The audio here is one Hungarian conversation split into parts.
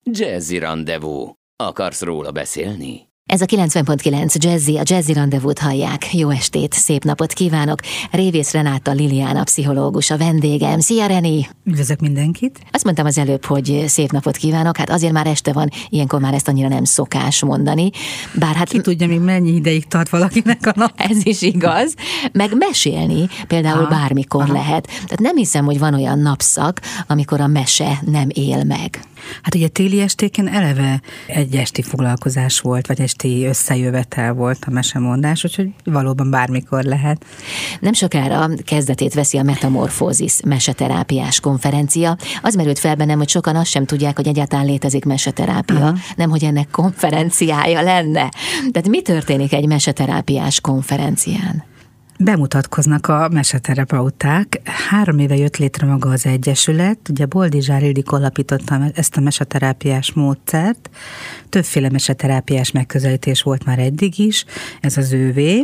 Jazzy Rendezvous. Akarsz róla beszélni? Ez a 90.9 Jazzy, a Jazzy Rendezvút hallják. Jó estét, szép napot kívánok! Révész Renáta Liliana pszichológus a vendégem. Szia, Reni! Üdvözlök mindenkit! Azt mondtam az előbb, hogy szép napot kívánok, hát azért már este van, ilyenkor már ezt annyira nem szokás mondani. Bár hát... Ki tudja, még mennyi ideig tart valakinek a nap. Ez is igaz. Meg mesélni például bármikor lehet. Tehát nem hiszem, hogy van olyan napszak, amikor a mese nem él meg. Hát ugye téli estéken eleve egy esti foglalkozás volt, vagy esti összejövetel volt a mesemondás, úgyhogy valóban bármikor lehet. Nem sokára kezdetét veszi a Metamorfózis meseterápiás konferencia. Az merült fel bennem, hogy sokan azt sem tudják, hogy egyáltalán létezik meseterápia, nem hogy ennek konferenciája lenne. Tehát mi történik egy meseterápiás konferencián? Bemutatkoznak a meseterapeuták. 3 éve jött létre maga az egyesület. Ugye Boldizsár Ildikó alapította ezt a meseterápiás módszert. Többféle meseterápiás megközelítés volt már eddig is, ez az ővé.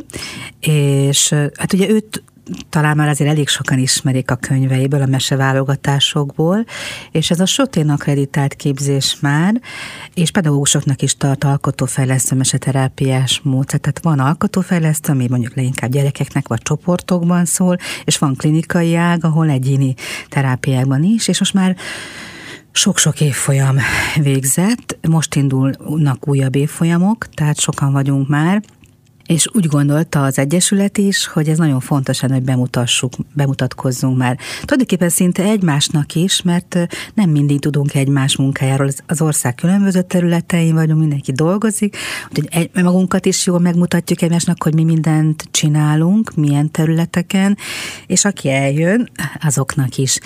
És hát ugye őt talán már azért elég sokan ismerik a könyveiből, a meseválogatásokból, és ez a SOTÉN akkreditált képzés már, és pedagógusoknak is tart alkotófejlesztő meseterápiás módszer. Tehát van alkotófejlesztő, ami mondjuk leginkább gyerekeknek vagy csoportokban szól, és van klinikai ág, ahol egyéni terápiákban is, és most már sok-sok évfolyam végzett, most indulnak újabb évfolyamok, tehát sokan vagyunk már, és úgy gondolta az Egyesület is, hogy ez nagyon fontos, hogy bemutatkozzunk már. Tulajdonképpen szinte egymásnak is, mert nem mindig tudunk egymás munkájáról. Az ország különböző területein vagyunk, mindenki dolgozik, úgyhogy magunkat is jól megmutatjuk egymásnak, hogy mi mindent csinálunk, milyen területeken, és aki eljön, azoknak is.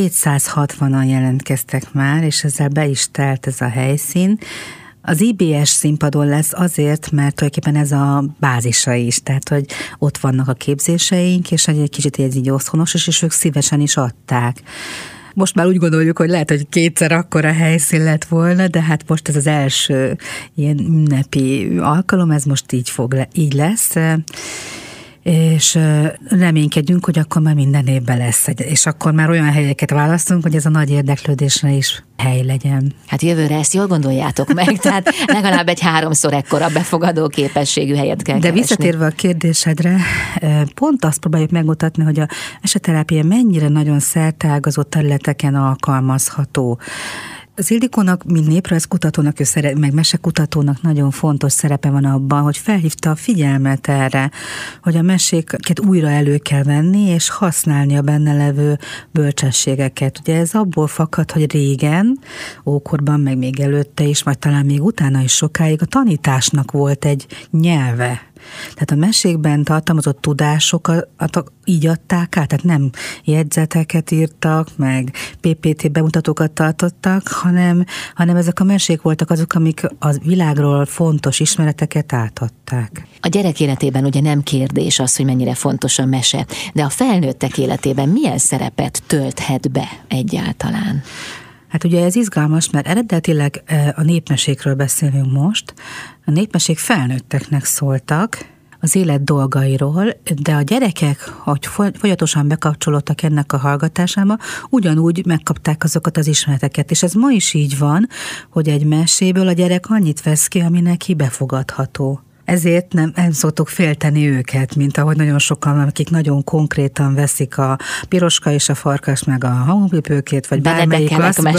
260-an jelentkeztek már, és ezzel be is telt ez a helyszín. Az IBS színpadon lesz azért, mert tulajdonképpen ez a bázisa is, tehát hogy ott vannak a képzéseink, és egy kicsit ez így otthonos, és ők szívesen is adták. Most már úgy gondoljuk, hogy lehet, hogy 2-szer akkora helyszín lett volna, de hát most ez az első ilyen ünnepi alkalom, ez most így lesz. És reménykedjünk, hogy akkor már minden évben lesz, és akkor már olyan helyeket választunk, hogy ez a nagy érdeklődésre is hely legyen. Hát jövőre ezt jól gondoljátok meg, tehát legalább egy 3-szor ekkora befogadó képességű helyet kell keresni. De visszatérve a kérdésedre, pont azt próbáljuk megmutatni, hogy a meseterápia mennyire nagyon szerteágazó területeken alkalmazható. Az Ildikónak, mint néprajzkutatónak, meg mesekutatónak nagyon fontos szerepe van abban, hogy felhívta a figyelmet erre, hogy a meséket újra elő kell venni, és használni a benne levő bölcsességeket. Ugye ez abból fakad, hogy régen, ókorban, meg még előtte is, vagy talán még utána is sokáig a tanításnak volt egy nyelve. Tehát a mesékben tartalmazott tudásokat így adták át, tehát nem jegyzeteket írtak, meg PPT bemutatókat tartottak, hanem ezek a mesék voltak azok, amik a világról fontos ismereteket átadták. A gyerek életében ugye nem kérdés az, hogy mennyire fontos a mese, de a felnőttek életében milyen szerepet tölthet be egyáltalán? Hát ugye ez izgalmas, mert eredetileg a népmesékről beszélünk most. A népmesék felnőtteknek szóltak az élet dolgairól, de a gyerekek, hogy folyamatosan bekapcsolódtak ennek a hallgatásába, ugyanúgy megkapták azokat az ismereteket. És ez ma is így van, hogy egy meséből a gyerek annyit vesz ki, ami neki befogadható. Ezért nem szoktuk félteni őket, mint ahogy nagyon sokan, akik nagyon konkrétan veszik a Piroska és a Farkas, meg a Hamupipőkét, vagy bármelyik,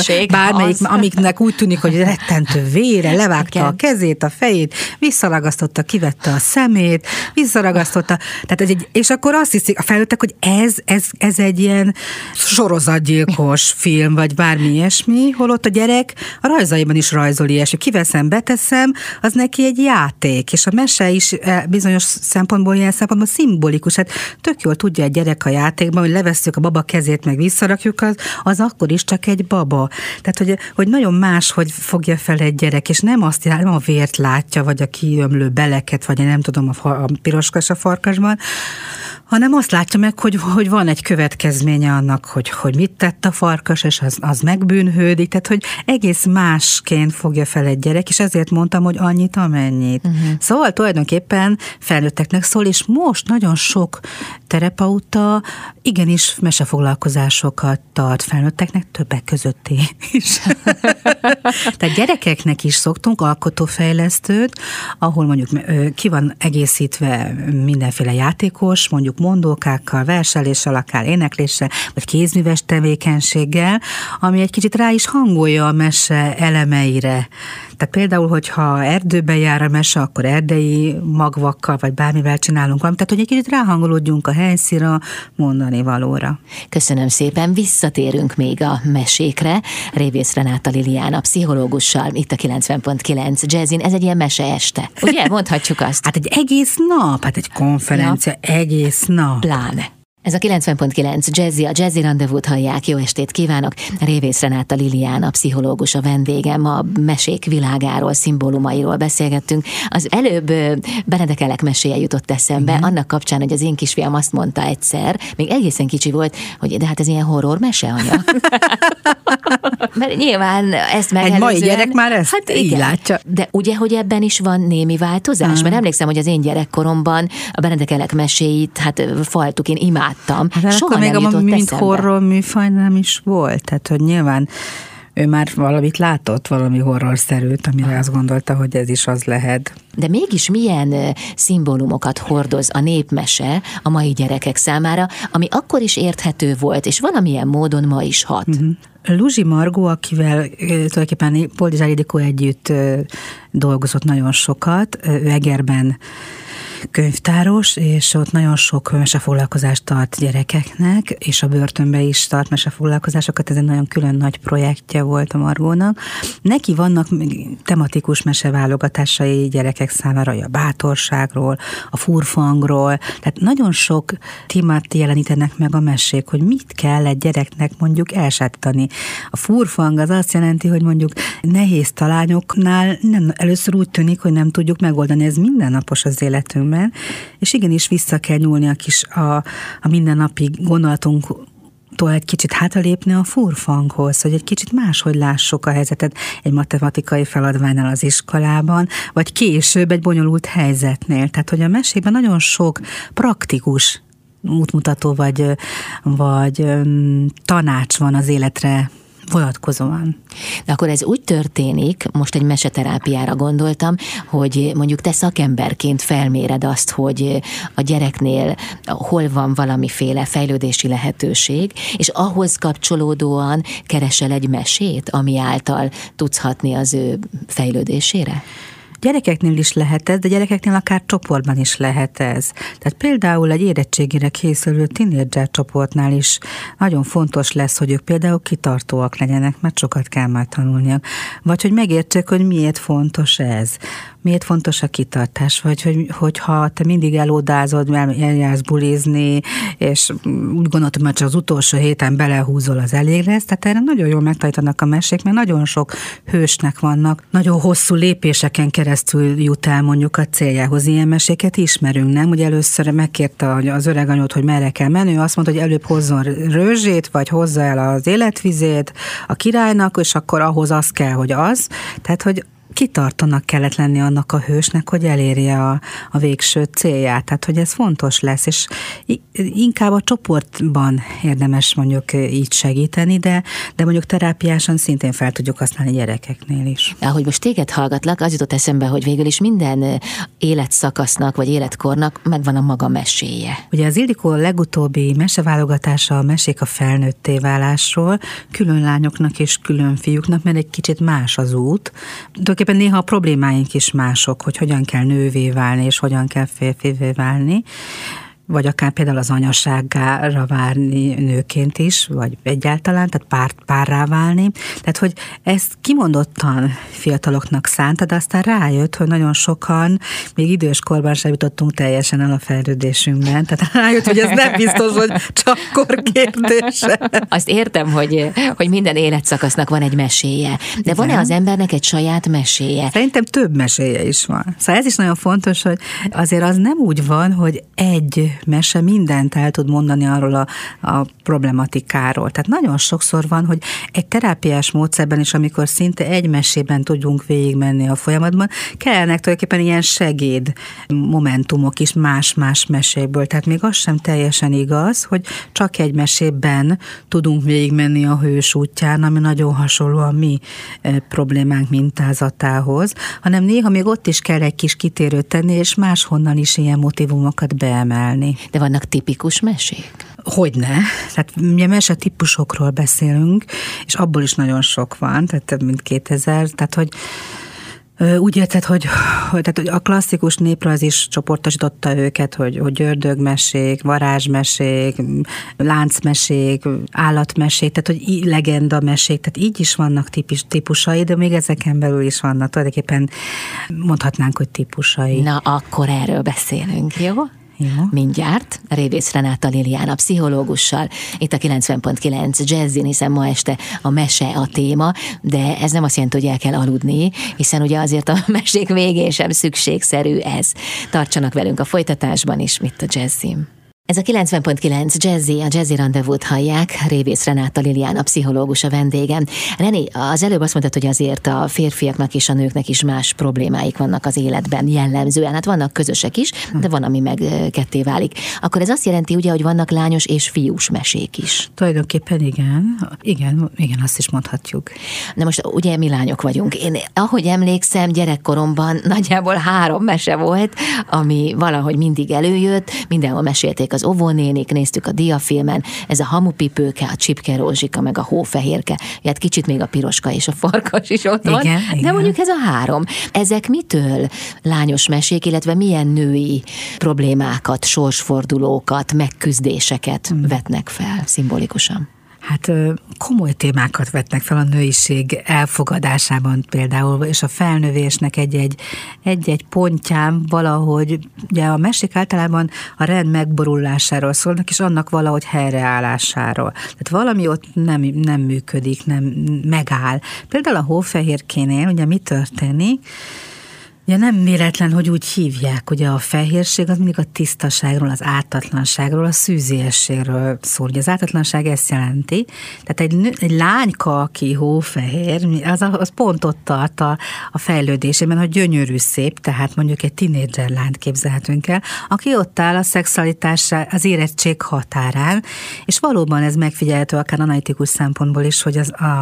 amiknek úgy tűnik, hogy rettentő vére, levágta a kezét, a fejét, visszaragasztotta, kivette a szemét, visszaragasztotta, tehát és akkor azt hiszik a felnőttek, hogy ez egy ilyen sorozatgyilkos film, vagy bármi ilyesmi, holott a gyerek a rajzaiban is rajzol ilyesmi. Kiveszem, beteszem, az neki egy játék, és a mese is bizonyos szempontból, ilyen szempontból szimbolikus. Hát tök jól tudja egy gyerek a játékban, hogy levesszük a baba kezét, meg visszarakjuk, az akkor is csak egy baba. Tehát, hogy nagyon más, hogy fogja fel egy gyerek, és nem a vért látja, vagy a kiömlő beleket, vagy nem tudom, a Piroska és a Farkasban, hanem azt látja meg, hogy van egy következménye annak, hogy mit tett a farkas, és az megbűnhődik, tehát hogy egész másként fogja fel egy gyerek, és ezért mondtam, hogy annyit, amennyit. Szóval tulajdonképpen felnőtteknek szól, és most nagyon sok terapeuta igenis mesefoglalkozásokat tart felnőtteknek, többek között én is. Tehát gyerekeknek is szoktunk alkotófejlesztőt, ahol mondjuk ki van egészítve mindenféle játékos, mondjuk mondókákkal, verseléssel, akár énekléssel, vagy kézműves tevékenységgel, ami egy kicsit rá is hangolja a mese elemeire. Tehát például, hogyha erdőben jár a mese, akkor erdei magvakkal, vagy bármivel csinálunk valamit, tehát hogy egy kicsit ráhangolódjunk a helyszínre, mondani valóra. Köszönöm szépen, visszatérünk még a mesékre. Révész Renáta Liliana pszichológussal, itt a 90.9 Jazzin, ez egy ilyen meseeste. Ugye, mondhatjuk azt? Hát egy egész nap, hát egy konferencia, egész nap. Pláne. Ez a 90.9 Jazzy, a Jazzy Rendezvút hallják, jó estét kívánok! Révész Renáta Liliana, pszichológus a vendégem, a mesék világáról, szimbólumairól beszélgettünk. Az előbb Benedek Elek meséje jutott eszembe, annak kapcsán, hogy az én kisfiam azt mondta egyszer, még egészen kicsi volt, hogy de hát ez ilyen horror mese, anya. Mert nyilván ezt megelőzően... Egy mai gyerek már ezt hát így látja. De ugye, hogy ebben is van némi változás? Mert emlékszem, hogy az én gyerekkoromban a Benedek Elek meséit, hát faltuk, én imádtam. Hát soha nem jutott eszembe. Mint horror műfaj nem is volt, tehát hogy nyilván ő már valamit látott, valami horrorszerűt, amire azt gondolta, hogy ez is az lehet. De mégis milyen szimbólumokat hordoz a népmese a mai gyerekek számára, ami akkor is érthető volt, és valamilyen módon ma is hat. Luzsi Margó, akivel tulajdonképpen Boldizsár Ildikó együtt dolgozott nagyon sokat, ő Egerben könyvtáros, és ott nagyon sok mesefoglalkozást tart gyerekeknek, és a börtönbe is tart mesefoglalkozásokat, ez egy nagyon külön nagy projektje volt a Margónak. Neki vannak tematikus meseválogatásai gyerekek számára, a bátorságról, a furfangról, tehát nagyon sok témát jelenítenek meg a mesék, hogy mit kell egy gyereknek mondjuk elsátítani. A furfang az azt jelenti, hogy mondjuk nehéz talányoknál először úgy tűnik, hogy nem tudjuk megoldani, ez mindennapos az életünk, és igenis vissza kell nyúlni a mindennapi gondolatunktól egy kicsit hátralépni a furfanghoz, hogy egy kicsit máshogy lássuk a helyzetet egy matematikai feladványnál az iskolában, vagy később egy bonyolult helyzetnél. Tehát, hogy a mesében nagyon sok praktikus útmutató vagy tanács van az életre vonatkozóan. De akkor ez úgy történik, most egy meseterápiára gondoltam, hogy mondjuk te szakemberként felméred azt, hogy a gyereknél hol van valamiféle fejlődési lehetőség, és ahhoz kapcsolódóan keresel egy mesét, ami által tudsz hatni az ő fejlődésére? Gyerekeknél is lehet ez, de gyerekeknél akár csoportban is lehet ez. Tehát például egy érettségére készülő tínédzser csoportnál is nagyon fontos lesz, hogy ők például kitartóak legyenek, mert sokat kell már tanulniak. Vagy hogy megértsék, hogy miért fontos ez. Miért fontos a kitartás, vagy hogyha te mindig elódázod, eljársz bulizni, és úgy gondolod, hogy már csak az utolsó héten belehúzol, az elég lesz. Tehát erre nagyon jól megtanítanak a mesék, mert nagyon sok hősnek vannak, nagyon hosszú lépéseken keresztül jut el mondjuk a céljához. Ilyen meséket ismerünk, nem? Ugye először megkérte az öreg anyót, hogy merre kell menni, ő azt mondta, hogy előbb hozzon rőzsét, vagy hozza el az életvizét a királynak, és akkor ahhoz az kell, hogy az. Tehát, hogy kitartónak kellett lenni annak a hősnek, hogy elérje a végső célját. Tehát, hogy ez fontos lesz, és inkább a csoportban érdemes mondjuk így segíteni, de mondjuk terápiásan szintén fel tudjuk használni gyerekeknél is. Ahogy most téged hallgatlak, az jutott eszembe, hogy végül is minden életszakasznak vagy életkornak megvan a maga meséje. Ugye az Ildikó legutóbbi meseválogatása a mesék a felnőtté válásról, külön lányoknak és külön fiúknak, mert egy kicsit más az út. Tulajdonképpen néha a problémáink is mások, hogy hogyan kell nővé válni, és hogyan kell férfivé válni, vagy akár például az anyaságára várni nőként is, vagy egyáltalán, tehát párrá válni. Tehát, hogy ezt kimondottan fiataloknak szánta, de aztán rájött, hogy nagyon sokan még időskorban sem jutottunk teljesen el a fejlődésünkben. Tehát rájött, hogy ez nem biztos, hogy csak kor kérdése. Azt értem, hogy minden életszakasznak van egy meséje. De van-e az embernek egy saját meséje? Szerintem több meséje is van. Szóval ez is nagyon fontos, hogy azért az nem úgy van, hogy egy mese mindent el tud mondani arról a problematikáról. Tehát nagyon sokszor van, hogy egy terápiás módszerben is, amikor szinte egy mesében tudjunk végigmenni a folyamatban, kellene tulajdonképpen ilyen segéd momentumok is más-más mesékből. Tehát még az sem teljesen igaz, hogy csak egy mesében tudunk végigmenni a hős útján, ami nagyon hasonló a mi problémánk mintázatához, hanem néha még ott is kell egy kis kitérőt tenni, és máshonnan is ilyen motivumokat beemelni. De vannak tipikus mesék? Hogyne. Tehát ugye mesetípusokról beszélünk, és abból is nagyon sok van, tehát több mint 2000, tehát hogy úgy érted, hogy a klasszikus néprajz is csoportosította őket, hogy ördögmesék, varázsmesék, láncmesék, állatmesék, tehát hogy legendamesék, tehát így is vannak típusai, de még ezeken belül is vannak, tulajdonképpen mondhatnánk, hogy típusai. Na, akkor erről beszélünk, jó? Jó. Mindjárt Révész Renáta Liliana pszichológussal, itt a 90.9 Jazzin, hiszen ma este a mese a téma, de ez nem azt jelenti, hogy el kell aludni, hiszen ugye azért a mesék végén sem szükségszerű ez. Tartsanak velünk a folytatásban is, mit a Jazzin. Ez a 90.9 Jazzy, a Jazzy Rendezvút hallják, Révész Renáta Liliana pszichológus a vendégem. René, az előbb azt mondtad, hogy azért a férfiaknak és a nőknek is más problémáik vannak az életben jellemzően. Hát vannak közösek is, de van, ami meg ketté válik. Akkor ez azt jelenti ugye, hogy vannak lányos és fiús mesék is. Tulajdonképpen igen, azt is mondhatjuk. Na most ugye mi lányok vagyunk. Én, ahogy emlékszem, gyerekkoromban nagyjából 3 mese volt, ami valahogy mindig előjött, mindenhol mesélték az óvónénik, néztük a diafilmen, ez a hamupipőke, a Csipke Rózsika, meg a hófehérke, hát kicsit még a piroska és a farkas is ott van, de mondjuk ez a 3. Ezek mitől lányos mesék, illetve milyen női problémákat, sorsfordulókat, megküzdéseket vetnek fel szimbolikusan? Hát komoly témákat vetnek fel a nőiség elfogadásában például, és a felnövésnek egy pontján valahogy, ugye a mesék általában a rend megborulásáról szólnak, és annak valahogy helyreállásáról. Tehát valami ott nem működik, nem megáll. Például a hófehérkénél, ugye mi történik? Ugye nem véletlen, hogy úgy hívják, ugye a fehérség az mindig a tisztaságról, az ártatlanságról, a szűziességről szól. Ugye az ártatlanság ezt jelenti, tehát egy lányka, aki hófehér, az pont ott tart a fejlődésében, hogy gyönyörű szép, tehát mondjuk egy tinédzser lányt képzelhetünk el, aki ott áll a szexualitás, az érettség határán, és valóban ez megfigyelhető akár analitikus szempontból is, hogy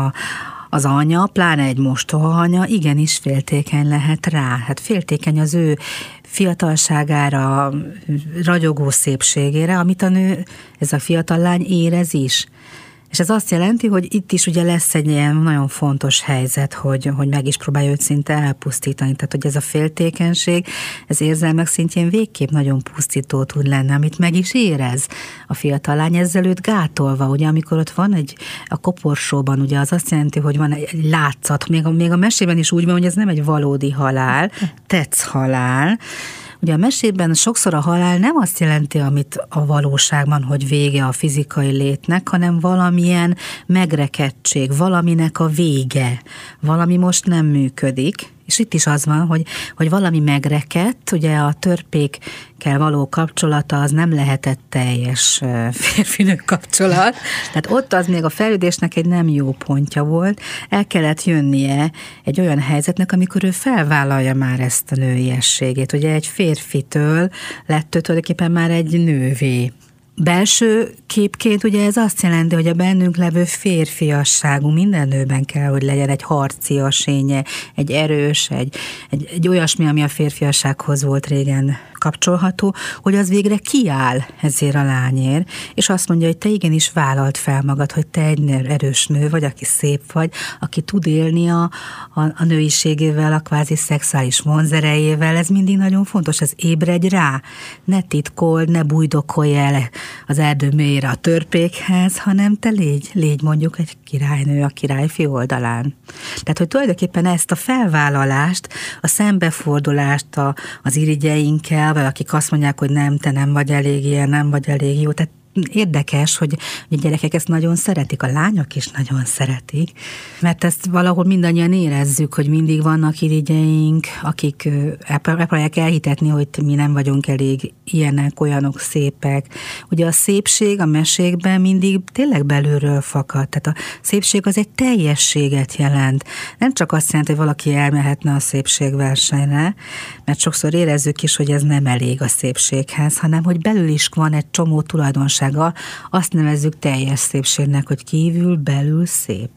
az anya, pláne egy mostoha anya, igenis féltékeny lehet rá. Hát féltékeny az ő fiatalságára, ragyogó szépségére, amit a nő, ez a fiatal lány érez is. És ez azt jelenti, hogy itt is ugye lesz egy ilyen nagyon fontos helyzet, hogy meg is próbálja őt szinte elpusztítani. Tehát, hogy ez a féltékenység, ez érzelmek szintjén végképp nagyon pusztító tud lenni, amit meg is érez a fiatal lány, ezzel őt gátolva. Ugye, amikor ott van a koporsóban, ugye az azt jelenti, hogy van egy látszat, még a mesében is úgy van, hogy ez nem egy valódi halál, tetsz halál. Ugye a mesében sokszor a halál nem azt jelenti, amit a valóságban, hogy vége a fizikai létnek, hanem valamilyen megrekedtség, valaminek a vége, valami most nem működik. És itt is az van, hogy valami megrekedt, ugye a törpékkel való kapcsolata az nem lehetett teljes férfinő kapcsolat, tehát ott az még a fejlődésnek egy nem jó pontja volt, el kellett jönnie egy olyan helyzetnek, amikor ő felvállalja már ezt a nőiességét, ugye egy férfitől lett ő tulajdonképpen már egy nővé. Belső képként ugye ez azt jelenti, hogy a bennünk levő férfiasságú minden nőben kell, hogy legyen egy harcias énje, egy erős, egy olyasmi, ami a férfiassághoz volt régen kapcsolható, hogy az végre kiáll ezért a lányért, és azt mondja, hogy te igenis vállalt fel magad, hogy te egy erős nő vagy, aki szép vagy, aki tud élni a nőiségével, a kvázi szexuális vonzerejével, ez mindig nagyon fontos, ez ébredj rá, ne titkold, ne bujdokolj el az erdő mélyére a törpékhez, hanem te légy mondjuk egy királynő a királyfi oldalán. Tehát, hogy tulajdonképpen ezt a felvállalást, a szembefordulást az irigyeinkkel, vagy akik azt mondják, hogy nem, te nem vagy elég ilyen, nem vagy elég jó, tehát érdekes, hogy a gyerekek ezt nagyon szeretik, a lányok is nagyon szeretik, mert ezt valahol mindannyian érezzük, hogy mindig vannak irigyeink, akik próbálják elhitetni, hogy mi nem vagyunk elég ilyenek, olyanok, szépek. Ugye a szépség a mesékben mindig tényleg belülről fakad, tehát a szépség az egy teljességet jelent. Nem csak azt jelenti, hogy valaki elmehetne a szépségversenyre, mert sokszor érezzük is, hogy ez nem elég a szépséghez, hanem hogy belül is van egy csomó tulajdonság. Azt nevezzük teljes szépségnek, hogy kívül, belül szép.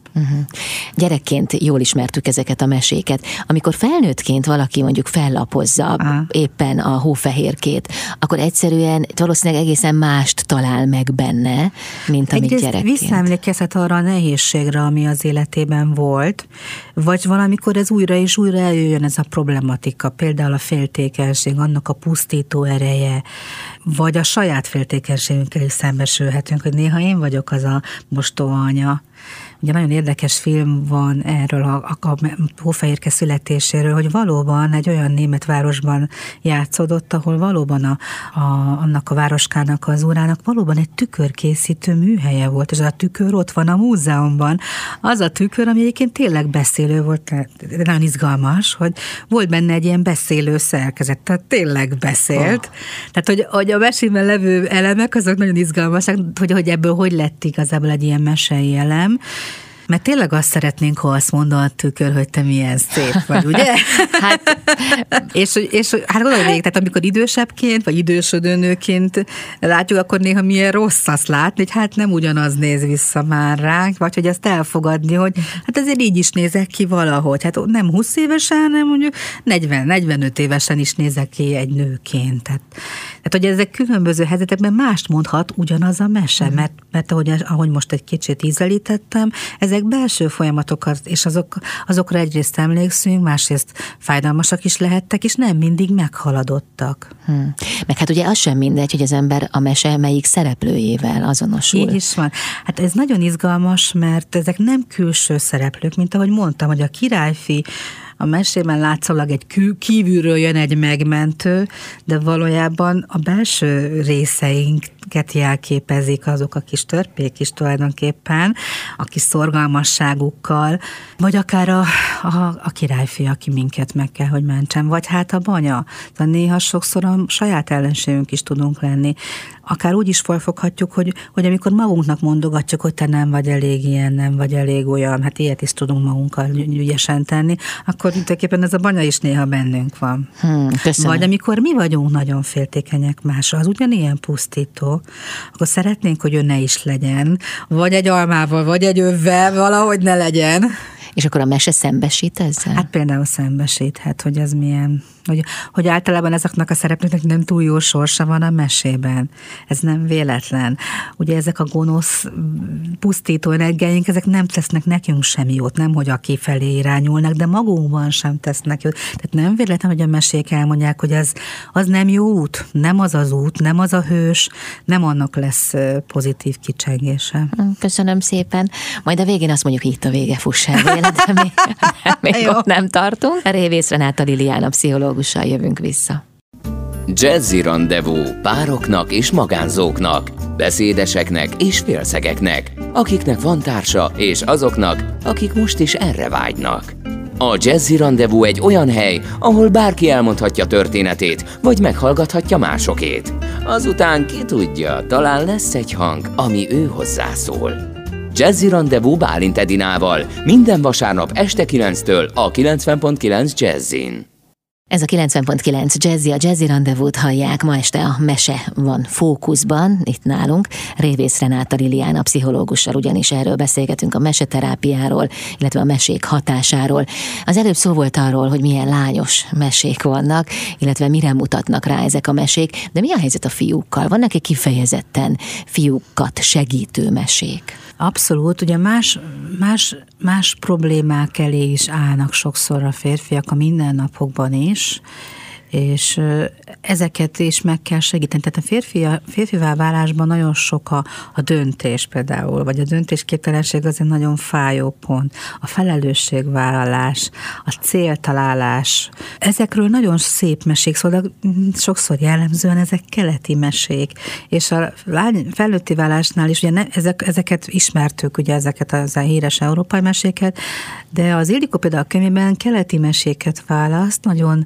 Gyerekként jól ismertük ezeket a meséket. Amikor felnőttként valaki mondjuk fellapozza éppen a Hófehérkét, akkor egyszerűen valószínűleg egészen mást talál meg benne, mint amit gyerekként. Visszaemlékezhet arra a nehézségre, ami az életében volt, vagy valamikor ez újra és újra eljöjjön ez a problematika, például a féltékenység, annak a pusztító ereje, vagy a saját féltékenységünkkel is szembesülhetünk, hogy néha én vagyok az a mostohaanya. Ugye nagyon érdekes film van erről a Hófehérke születéséről, hogy valóban egy olyan német városban játszódott, ahol valóban annak a városkának, az urának valóban egy tükörkészítő műhelye volt, és a tükör ott van a múzeumban. Az a tükör, ami egyébként tényleg beszélő volt, nagyon izgalmas, hogy volt benne egy ilyen beszélő szerkezet, tehát tényleg beszélt. Tehát, hogy a mesében levő elemek, azok nagyon izgalmasak, hogy ebből hogy lett igazából egy ilyen mesei elem. Mert tényleg azt szeretnénk, ha azt mondod a tükör, hogy te milyen szép vagy, ugye? és hát gondolj végig, tehát amikor idősebbként, vagy idősödő nőként látjuk, akkor néha milyen rossz azt látni, hogy hát nem ugyanaz néz vissza már ránk, vagy hogy azt elfogadni, hogy hát ezért így is nézek ki valahogy. Hát nem 20 évesen, hanem mondjuk 40-45 évesen is nézek ki egy nőként. Tehát hogy ezek különböző helyzetekben mást mondhat ugyanaz a mese, mert ahogy most egy kicsit ízelítettem, ezek belső folyamatokat, és azokra egyrészt emlékszünk, másrészt fájdalmasak is lehettek, és nem mindig meghaladottak. Meg hát ugye az sem mindegy, hogy az ember a mese melyik szereplőjével azonosul. Így is van. Hát ez nagyon izgalmas, mert ezek nem külső szereplők, mint ahogy mondtam, hogy a királyfi a mesében látszólag egy kívülről jön egy megmentő, de valójában a belső részeinket jelképezik azok a kis törpék is tulajdonképpen, a kis szorgalmasságukkal, vagy akár a királyfi, aki minket meg kell, hogy mentsen, vagy hát a banya. Tehát néha sokszor a saját ellenségünk is tudunk lenni. Akár úgy is felfoghatjuk, hogy amikor magunknak mondogatjuk, hogy te nem vagy elég ilyen, nem vagy elég olyan, hát ilyet is tudunk magunkkal ügyesen tenni, akkor tulajdonképpen ez a banya is néha bennünk van. Köszönöm. Vagy amikor mi vagyunk nagyon féltékenyek másra, az ugyanilyen pusztító, akkor szeretnénk, hogy ő ne is legyen, vagy egy almával, vagy egy övvel, valahogy ne legyen. És akkor a mese szembesít ezzel? Hát például szembesíthet, hogy ez milyen, hogy általában ezeknek a szereplőknek nem túl jó sorsa van a mesében. Ez nem véletlen. Ugye ezek a gonosz, pusztító energiáink, ezek nem tesznek nekünk semmi jót, nem, hogy a kifelé irányulnak, de magunkban sem tesznek jót. Tehát nem véletlen, hogy a mesék elmondják, hogy az nem jó út, nem az az út, nem az a hős, nem annak lesz pozitív kicsengése. Köszönöm szépen. Majd a végén azt mondjuk, itt a vége, fuss el véle, de még ott nem tartunk. Révész Renáta Liliana pszichológussal jövünk vissza. Jazzy Rendezvú pároknak és magánzóknak, beszédeseknek és félszegeknek, akiknek van társa, és azoknak, akik most is erre vágynak. A Jazzy Rendezvú egy olyan hely, ahol bárki elmondhatja történetét, vagy meghallgathatja másokét. Azután ki tudja, talán lesz egy hang, ami ő hozzászól. Jazzy Rendezvú Bálint Edinával minden vasárnap este 9-től a 90.9 Jazzin. Ez a 90.9 Jazzy, a Jazzy Rendezvút hallják. Ma este a mese van fókuszban, itt nálunk. Révész Renáta Liliana pszichológussal ugyanis erről beszélgetünk, a meseterápiáról, illetve a mesék hatásáról. Az előbb szó volt arról, hogy milyen lányos mesék vannak, illetve mire mutatnak rá ezek a mesék, de mi a helyzet a fiúkkal? Vannak-e kifejezetten fiúkat segítő mesék? Abszolút, ugye más problémák elé is állnak sokszor a férfiak a mindennapokban is, és ezeket is meg kell segíteni. Tehát a férfivá válásban nagyon sok a döntés például, vagy a döntésképtelenség az egy nagyon fájó pont. A felelősségvállalás, a céltalálás. Ezekről nagyon szép mesék szólnak, sokszor jellemzően ezek keleti mesék. És a felnőtti válásnál is, ugye ezeket ismertük, ugye ezeket az a híres európai meséket, de az Ildikó például a könyvében keleti meséket választ, nagyon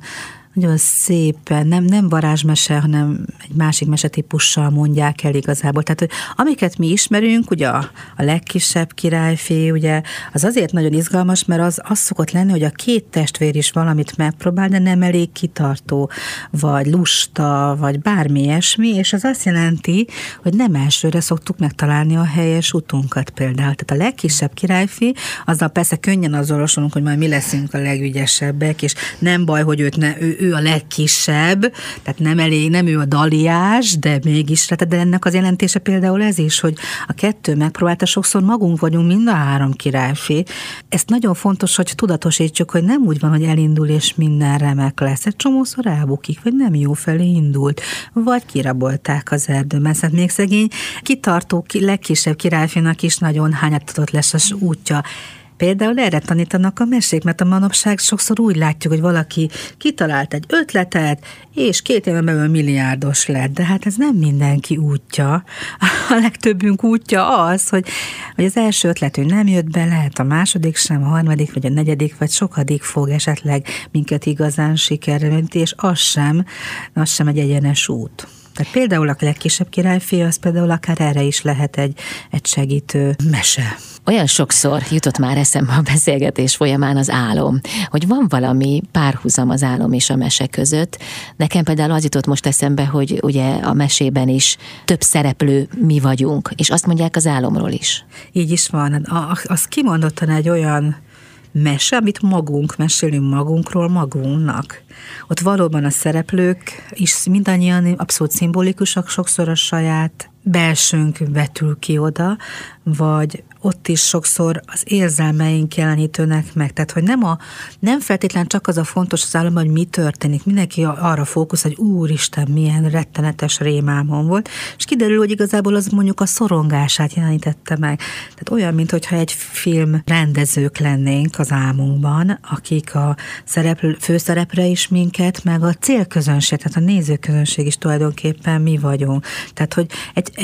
szépen, nem varázsmese, hanem egy másik mesetípussal mondják el igazából. Tehát, amiket mi ismerünk, ugye a legkisebb királyfi, ugye, az azért nagyon izgalmas, mert az szokott lenni, hogy a két testvér is valamit megpróbál, de nem elég kitartó, vagy lusta, vagy bármi ilyesmi, és az azt jelenti, hogy nem elsőre szoktuk megtalálni a helyes utunkat például. Tehát a legkisebb királyfi, azzal persze könnyen azonosulunk, hogy majd mi leszünk a legügyesebbek, és nem baj, hogy ő a legkisebb, tehát nem ő a daliás, de mégis, de ennek az jelentése például ez is, hogy a kettő megpróbálta, sokszor magunk vagyunk mind a három királyfi. Ezt nagyon fontos, hogy tudatosítsuk, hogy nem úgy van, hogy elindul és minden remek lesz. Egy csomószor elbukik, vagy nem jó felé indult, vagy kirabolták az erdőben. Szóval még szegény, kitartó legkisebb királyfinak is nagyon hányattatott lesz az útja. Például erre tanítanak a mesék, mert a manapság sokszor úgy látjuk, hogy valaki kitalált egy ötletet, és 2 éven belül milliárdos lett, de hát ez nem mindenki útja. A legtöbbünk útja az, hogy az első ötletünk nem jött be, lehet a második sem, a harmadik, vagy a negyedik, vagy sokadik fog esetleg minket igazán sikerre vinni, és az sem egy egyenes út. Tehát például a legkisebb királyfi, az például akár erre is lehet egy segítő mese. Olyan sokszor jutott már eszembe a beszélgetés folyamán az álom, hogy van valami párhuzam az álom és a mese között. Nekem például az jutott most eszembe, hogy ugye a mesében is több szereplő mi vagyunk, és azt mondják az álomról is. Így is van. Az kimondottan egy olyan mese, amit magunk mesélünk magunkról magunknak. Ott valóban a szereplők is mindannyian abszolút szimbólikusak, sokszor a saját belsőnk vetül ki oda, vagy ott is sokszor az érzelmeink jelenítőnek meg. Tehát, hogy nem feltétlen csak az a fontos az államban, hogy mi történik. Mindenki arra fókusz, hogy úristen, milyen rettenetes rémálmom volt, és kiderül, hogy igazából az mondjuk a szorongását jelenítette meg. Tehát olyan, mintha egy film rendezők lennénk az álmunkban, akik a főszerepre is minket, meg a célközönség, tehát a nézőközönség is tulajdonképpen mi vagyunk. Tehát, hogy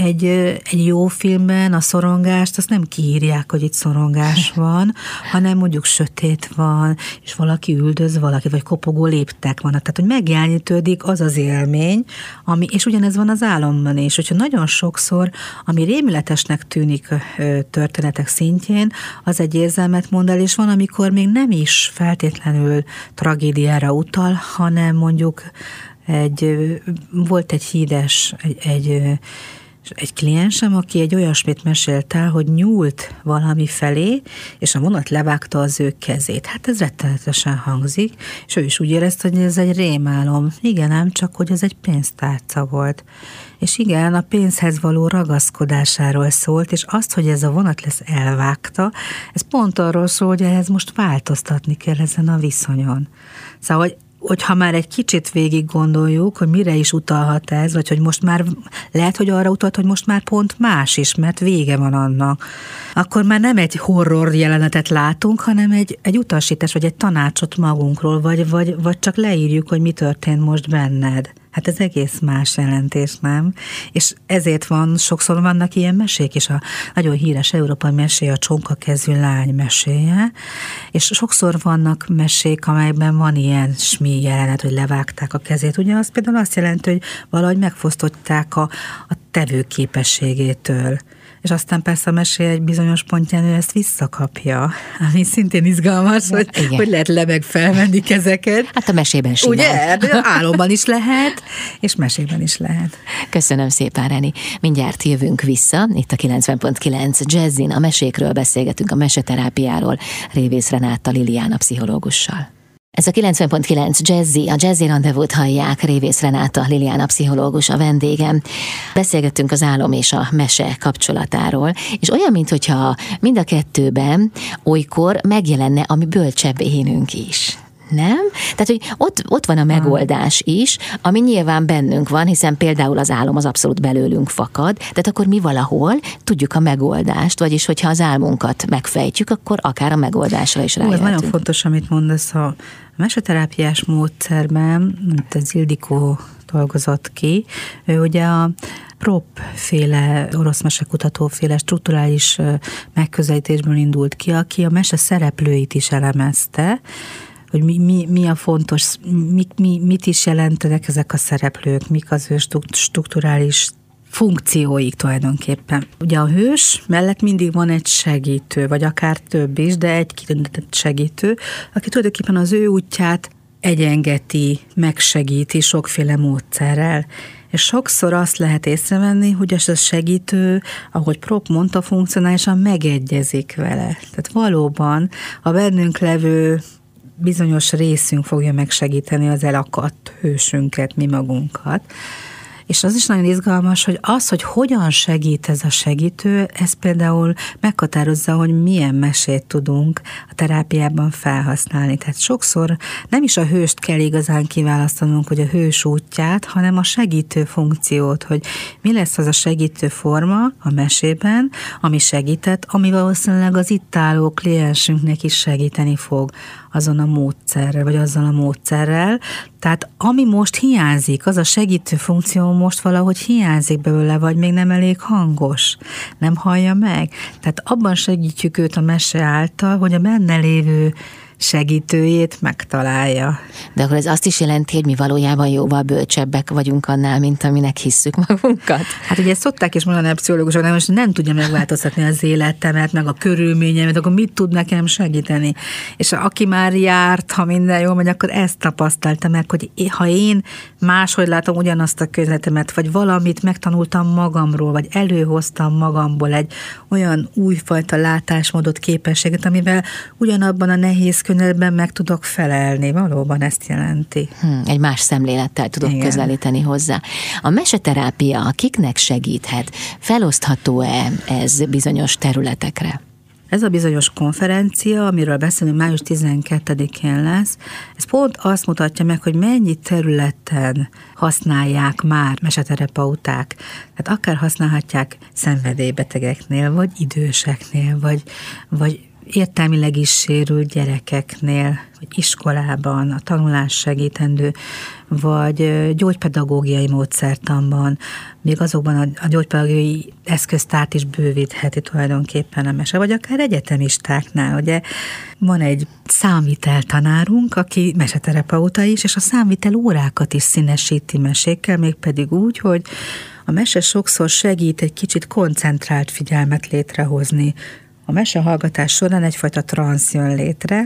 egy jó filmben a szorongást, azt nem kiírják, hogy itt szorongás van, hanem mondjuk sötét van, és valaki üldöz valaki, vagy kopogó léptek vannak. Tehát, hogy megjelenítődik az az élmény, és ugyanez van az álomban is. Hogyha nagyon sokszor, ami rémületesnek tűnik történetek szintjén, az egy érzelmet mond el, és van, amikor még nem is feltétlenül tragédiára utal, hanem mondjuk volt egy híres, egy kliensem, aki egy olyasmit mesélt el, hogy nyúlt valami felé, és a vonat levágta az ő kezét. Hát ez rettenetesen hangzik, és ő is úgy érezte, hogy ez egy rémálom. Igen, nem csak, hogy ez egy pénztárca volt. És igen, a pénzhez való ragaszkodásáról szólt, és azt, hogy ez a vonat lesz elvágta, ez pont arról szól, hogy ehhez most változtatni kell ezen a viszonyon. Szóval, hogyha már egy kicsit végig gondoljuk, hogy mire is utalhat ez, vagy hogy most már lehet, hogy arra utalt, hogy most már pont más is, mert vége van annak, akkor már nem egy horror jelenetet látunk, hanem egy utasítás, vagy egy tanácsot magunkról, vagy csak leírjuk, hogy mi történt most benned. Hát ez egész más jelentés, nem? És ezért sokszor vannak ilyen mesék, és a nagyon híres európai meséje, a csonkakezű lány meséje, és sokszor vannak mesék, amelyben van ilyen smi jelenet, hogy levágták a kezét. Ugye az például azt jelenti, hogy valahogy megfosztották a tevő képességétől. és aztán persze a mesé egy bizonyos pontján ő ezt visszakapja, ami szintén izgalmas, hogy lehet lebeg felvenni kezeket. Hát a mesében simán. Ugye? Álomban is lehet, és mesében is lehet. Köszönöm szépen, Reni. Mindjárt jövünk vissza, itt a 90.9 Jazzin, a mesékről beszélgetünk, a meseterápiáról, Révész Renáta Liliana pszichológussal. Ez a 90.9 Jazzy, a Jazzy Rendezvút hallják, Révész Renáta Liliana pszichológus a vendégem. Beszélgettünk az álom és a mese kapcsolatáról, és olyan, mintha mind a kettőben olykor megjelenne a mi bölcsebb énünk is. Nem? Tehát, hogy ott van a megoldás is, ami nyilván bennünk van, hiszen például az álom az abszolút belőlünk fakad, tehát akkor mi valahol tudjuk a megoldást, vagyis hogyha az álmunkat megfejtjük, akkor akár a megoldásra is rájöhetünk. Ez nagyon fontos, amit mondasz, a meseterápiás módszerben, mint az Ildikó dolgozott ki, ő ugye a Prop-féle, orosz mesekutatóféle strukturális megközelítésből indult ki, aki a mese szereplőit is elemezte, hogy mi a fontos, mit is jelentenek ezek a szereplők, mik az ő strukturális funkcióik tulajdonképpen. Ugye a hős mellett mindig van egy segítő, vagy akár több is, de egy kitüntetett segítő, aki tulajdonképpen az ő útját egyengeti, megsegíti sokféle módszerrel. És sokszor azt lehet észrevenni, hogy ez a segítő, ahogy Prop mondta, funkcionálisan megegyezik vele. Tehát valóban a bennünk levő bizonyos részünk fogja megsegíteni az elakadt hősünket, mi magunkat. És az is nagyon izgalmas, hogy hogyan segít ez a segítő, ez például meghatározza, hogy milyen mesét tudunk a terápiában felhasználni. Tehát sokszor nem is a hőst kell igazán kiválasztanunk, hogy a hős útját, hanem a segítő funkciót, hogy mi lesz az a segítő forma a mesében, ami segített, ami valószínűleg az itt álló kliensünknek is segíteni fog azon a módszerrel, vagy azzal a módszerrel. Tehát ami most hiányzik, az a segítő funkció most valahogy hiányzik belőle, vagy még nem elég hangos, nem hallja meg. Tehát abban segítjük őt a mese által, hogy a benne lévő segítőjét megtalálja. De akkor ez azt is jelenti, hogy mi valójában jóval bölcsebbek vagyunk annál, mint aminek hisszük magunkat? Hát ugye ezt szokták is mondani a pszichológusok, de most nem tudja megváltoztatni az életemet, meg a körülményemet, akkor mit tud nekem segíteni? És aki már járt, ha minden jól megy, akkor ezt tapasztalta meg, hogy ha én máshogy látom ugyanazt a környezetemet, vagy valamit megtanultam magamról, vagy előhoztam magamból egy olyan újfajta látásmódot, képességet, amivel ugyanabban a nehéz környezetben meg tudok felelni. Valóban ezt jelenti. Egy más szemlélettel tudok közelíteni hozzá. A meseterápia kiknek segíthet? Felosztható-e ez bizonyos területekre? Ez a bizonyos konferencia, amiről beszélünk, május 12-én lesz, ez pont azt mutatja meg, hogy mennyi területen használják már meseterapeuták. Tehát akár használhatják szenvedélybetegeknél, vagy időseknél, vagy értelmileg is sérült gyerekeknél, vagy iskolában, a tanulás segítendő, vagy gyógypedagógiai módszertanban, még azokban a gyógypedagógiai eszköztárt is bővítheti tulajdonképpen a mese, vagy akár egyetemistáknál. Ugye van egy számviteltanárunk, aki meseterapeuta is, és a számvitel órákat is színesíti mesékkel, mégpedig úgy, hogy a mese sokszor segít egy kicsit koncentrált figyelmet létrehozni. A mesehallgatás során egyfajta transz jön létre,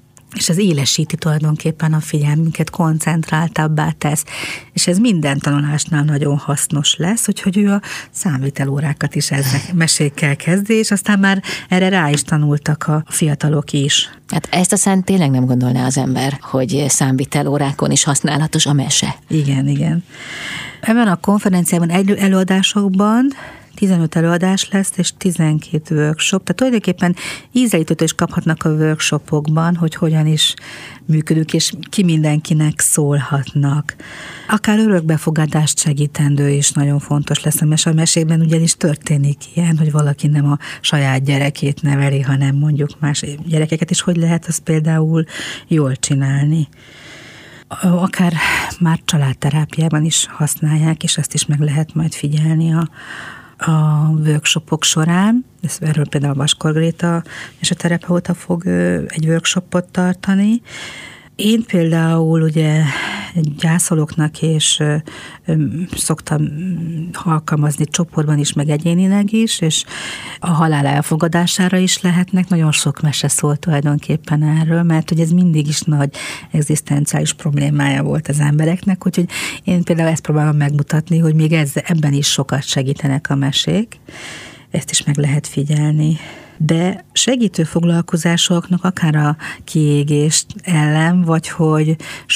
és ez élesíti tulajdonképpen a figyelmünket, koncentráltabbá tesz. És ez minden tanulásnál nagyon hasznos lesz, hogy ő a számvitelórákat is ezek mesékkel kezdi, és aztán már erre rá is tanultak a fiatalok is. Hát ezt aztán tényleg nem gondolná az ember, hogy számvitelórákon is használatos a mese. Igen. Ebben a konferenciában előadásokban 15 előadás lesz, és 12 workshop. Tehát tulajdonképpen ízelítőt is kaphatnak a workshopokban, hogy hogyan is működünk, és ki mindenkinek szólhatnak. Akár örökbefogadást segítendő is nagyon fontos lesz, mert a mesékben ugyanis történik ilyen, hogy valaki nem a saját gyerekét neveli, hanem mondjuk más gyerekeket, és hogy lehet azt például jól csinálni. Akár már családterápiában is használják, és ezt is meg lehet majd figyelni a workshopok során. Erről például Vaskor Gréta és a terapeuta fog egy workshopot tartani. Én például ugye gyászolóknak, és szoktam alkalmazni csoportban is, meg egyénileg is, és a halál elfogadására is lehetnek. Nagyon sok mese szól tulajdonképpen erről, mert hogy ez mindig is nagy egzisztenciális problémája volt az embereknek, úgyhogy én például ezt próbálom megmutatni, hogy még ebben is sokat segítenek a mesék. Ezt is meg lehet figyelni. De segítő foglalkozásoknak akár a kiégést ellen, vagy hogy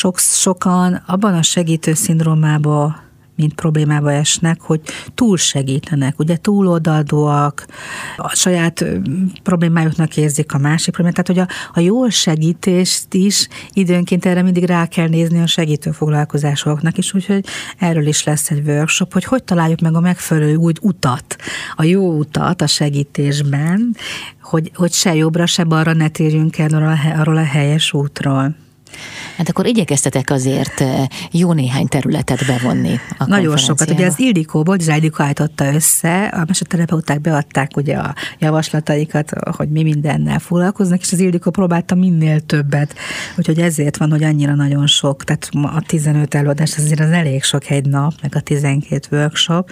sokan abban a segítő szindrómába, mint problémába esnek, hogy túl segítenek, ugye túloldaldóak, a saját problémájuknak érzik a másik problémát, tehát hogy a jól segítést is időnként erre mindig rá kell nézni a segítő foglalkozásoknak is, úgyhogy erről is lesz egy workshop, hogy találjuk meg a megfelelő úgy utat, a jó utat a segítésben, hogy se jobbra, se balra ne térjünk el arról a helyes útról. Hát akkor igyekeztetek azért jó néhány területet bevonni a nagyon sokat. Ugye az Boldizsár Ildikó állította össze, a meseterapeuták beadták ugye a javaslataikat, hogy mi mindennel foglalkoznak, és az Ildikó próbálta minél többet. Úgyhogy ezért van, hogy annyira nagyon sok, tehát a 15 előadás azért az elég sok egy nap, meg a 12 workshop.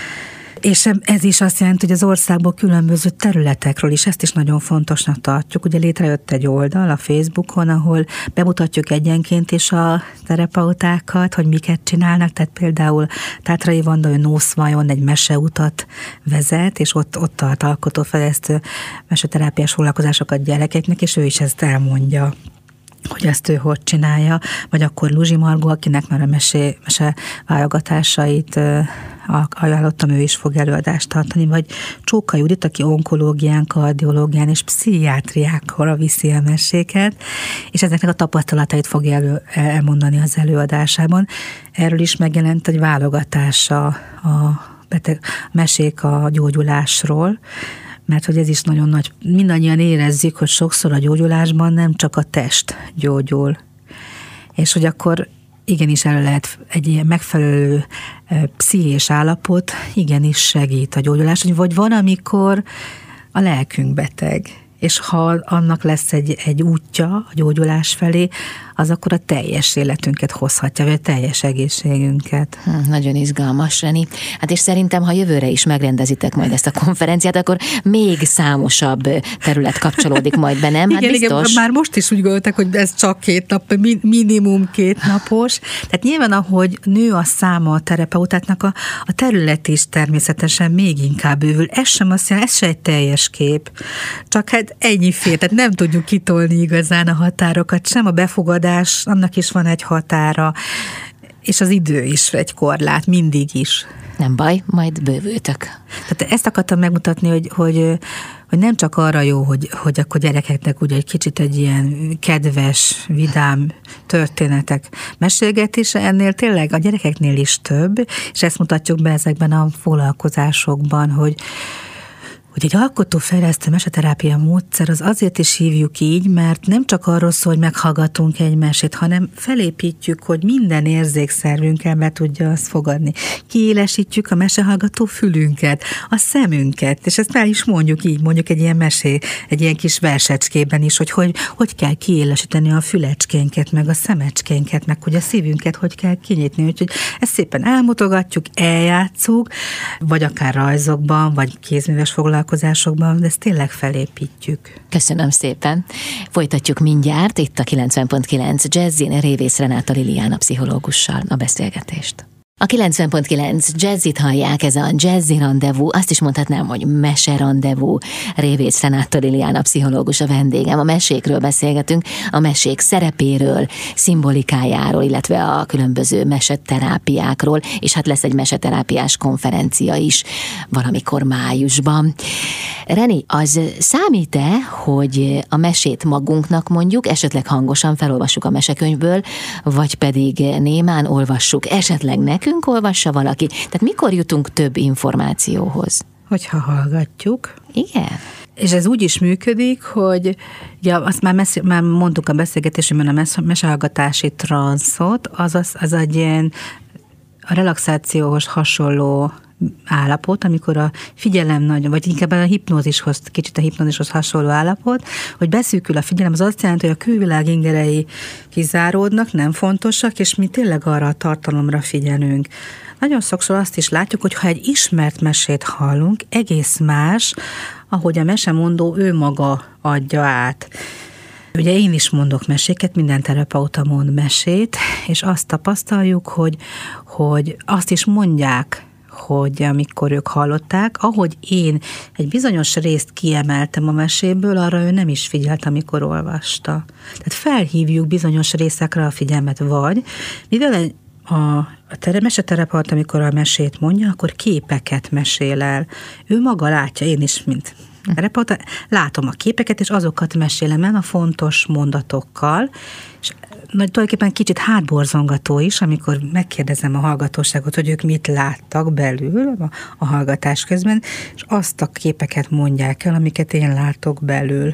És ez is azt jelenti, hogy az országból különböző területekről is, ezt is nagyon fontosnak tartjuk. Ugye létrejött egy oldal a Facebookon, ahol bemutatjuk egyenként is a terapeutákat, hogy miket csinálnak, tehát például Tátrai Vanda, ő Nószvajon egy meseutat vezet, és ott tart alkotófejlesztő meseterápiás foglalkozásokat gyerekeknek, és ő is ezt elmondja, hogy ezt ő hogy csinálja, vagy akkor Luzsi Margó, akinek már a mese válogatásait ajánlottam, ő is fog előadást tartani, vagy Csóka Judit, aki onkológián, kardiológián és pszichiátriákra viszi a meséket, és ezeknek a tapasztalatait fogja elmondani az előadásában. Erről is megjelent egy válogatása a mesék a gyógyulásról, mert hogy ez is nagyon nagy, mindannyian érezzük, hogy sokszor a gyógyulásban nem csak a test gyógyul. És hogy akkor igenis elő lehet egy ilyen megfelelő pszichés állapot, igenis segít a gyógyulás. Vagy van, amikor a lelkünk beteg, és ha annak lesz egy útja a gyógyulás felé, az akkor a teljes életünket hozhatja, vagy a teljes egészségünket. Nagyon izgalmas, Reni. Hát és szerintem, ha jövőre is megrendezitek majd ezt a konferenciát, akkor még számosabb terület kapcsolódik majd be, nem? Hát igen, biztos. Igen, már most is úgy gondoltak, hogy ez csak 2 nap, minimum 2 napos. Tehát nyilván, ahogy nő a száma a terapeutáknak, a terület is természetesen még inkább bővül. Ez sem azt jelenti, ez se egy teljes kép. Csak hát ennyiféle, tehát nem tudjuk kitolni igazán a határokat, sem a befogadás, annak is van egy határa, és az idő is egy korlát, mindig is. Nem baj, majd bővültök. Tehát ezt akartam megmutatni, hogy nem csak arra jó, hogy akkor gyerekeknek ugye egy kicsit egy ilyen kedves, vidám történetek mesélgetése, ennél tényleg a gyerekeknél is több, és ezt mutatjuk be ezekben a foglalkozásokban, hogy egy alkotófejlesztő meseterápia módszer az azért is hívjuk így, mert nem csak arról szól, hogy meghallgatunk egy mesét, hanem felépítjük, hogy minden érzékszervünkkel be tudja azt fogadni. Kiélesítjük a mesehallgató fülünket, a szemünket, és ezt el is mondjuk így, mondjuk egy ilyen egy ilyen kis versecskében is, hogy kell kiélesíteni a fülecskénket, meg a szemecskénket, meg hogy a szívünket hogy kell kinyitni. Úgyhogy ezt szépen elmutogatjuk, eljátszuk, vagy akár rajzokban, vagy kézműves foglalkozásokban, de ezt tényleg felépítjük. Köszönöm szépen. Folytatjuk mindjárt itt a 90.9 Jazzin Révész Renáta Liliana pszichológussal a beszélgetést. A 90.9 Jazzit hallják, ez a Jazzy Rendezvú, azt is mondhatnám, hogy mese rendezvú. Révész Renáta Liliana pszichológus a vendégem. A mesékről beszélgetünk, a mesék szerepéről, szimbolikájáról, illetve a különböző meseterápiákról, és hát lesz egy meseterápiás konferencia is valamikor májusban. Reni, az számít-e, hogy a mesét magunknak mondjuk, esetleg hangosan felolvassuk a mesekönyvből, vagy pedig némán olvassuk, esetleg nekünk olvassa valaki? Tehát mikor jutunk több információhoz? Hogyha hallgatjuk. Igen. És ez úgy is működik, hogy ja, azt már mondtuk a beszélgetésünkben a mesehallgatási transzot, az egy ilyen a relaxációhoz hasonló állapot, amikor a figyelem nagyon, vagy inkább a hipnózishoz, kicsit a hipnózishoz hasonló állapot, hogy beszűkül a figyelem, az azt jelenti, hogy a külvilág ingerei kizáródnak, nem fontosak, és mi tényleg arra a tartalomra figyelünk. Nagyon sokszor azt is látjuk, hogy ha egy ismert mesét hallunk, egész más, ahogy a mesemondó ő maga adja át. Ugye én is mondok meséket, minden terapeuta mond mesét, és azt tapasztaljuk, hogy azt is mondják, hogy amikor ők hallották, ahogy én egy bizonyos részt kiemeltem a meséből, arra ő nem is figyelt, amikor olvasta. Tehát felhívjuk bizonyos részekre a figyelmet, vagy mivel a meseterapeuta, amikor a mesét mondja, akkor képeket mesél el. Ő maga látja, én is, mint terapeuta, látom a képeket, és azokat mesélem el a fontos mondatokkal, és tulajdonképpen kicsit hátborzongató is, amikor megkérdezem a hallgatóságot, hogy ők mit láttak belül a hallgatás közben, és azt a képeket mondják el, amiket én látok belül.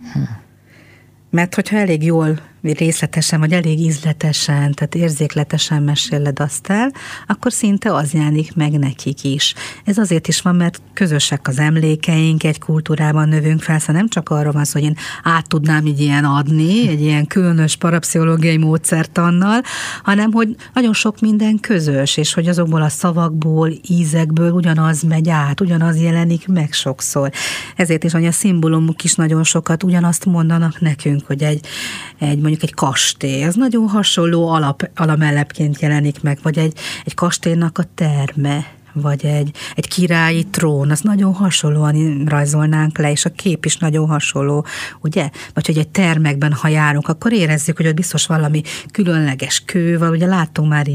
Mert hogyha elég jól, részletesen, vagy elég ízletesen, tehát érzékletesen meséled azt el, akkor szinte az jelenik meg nekik is. Ez azért is van, mert közösek az emlékeink, egy kultúrában növünk fel, szóval nem csak arról van szó, hogy én át tudnám így ilyen adni, egy ilyen különös parapszichológiai módszertannal, hanem hogy nagyon sok minden közös, és hogy azokból a szavakból, ízekből ugyanaz megy át, ugyanaz jelenik meg sokszor. Ezért is, hogy a szimbólumok is nagyon sokat ugyanazt mondanak nekünk, hogy mondjuk egy kastély, az nagyon hasonló alamellepként jelenik meg, vagy egy kastélynak a terme, vagy egy királyi trón, az nagyon hasonlóan rajzolnánk le, és a kép is nagyon hasonló, ugye? Vagy hogy egy termekben, ha járunk, akkor érezzük, hogy ott biztos valami különleges kő van, ugye láttunk már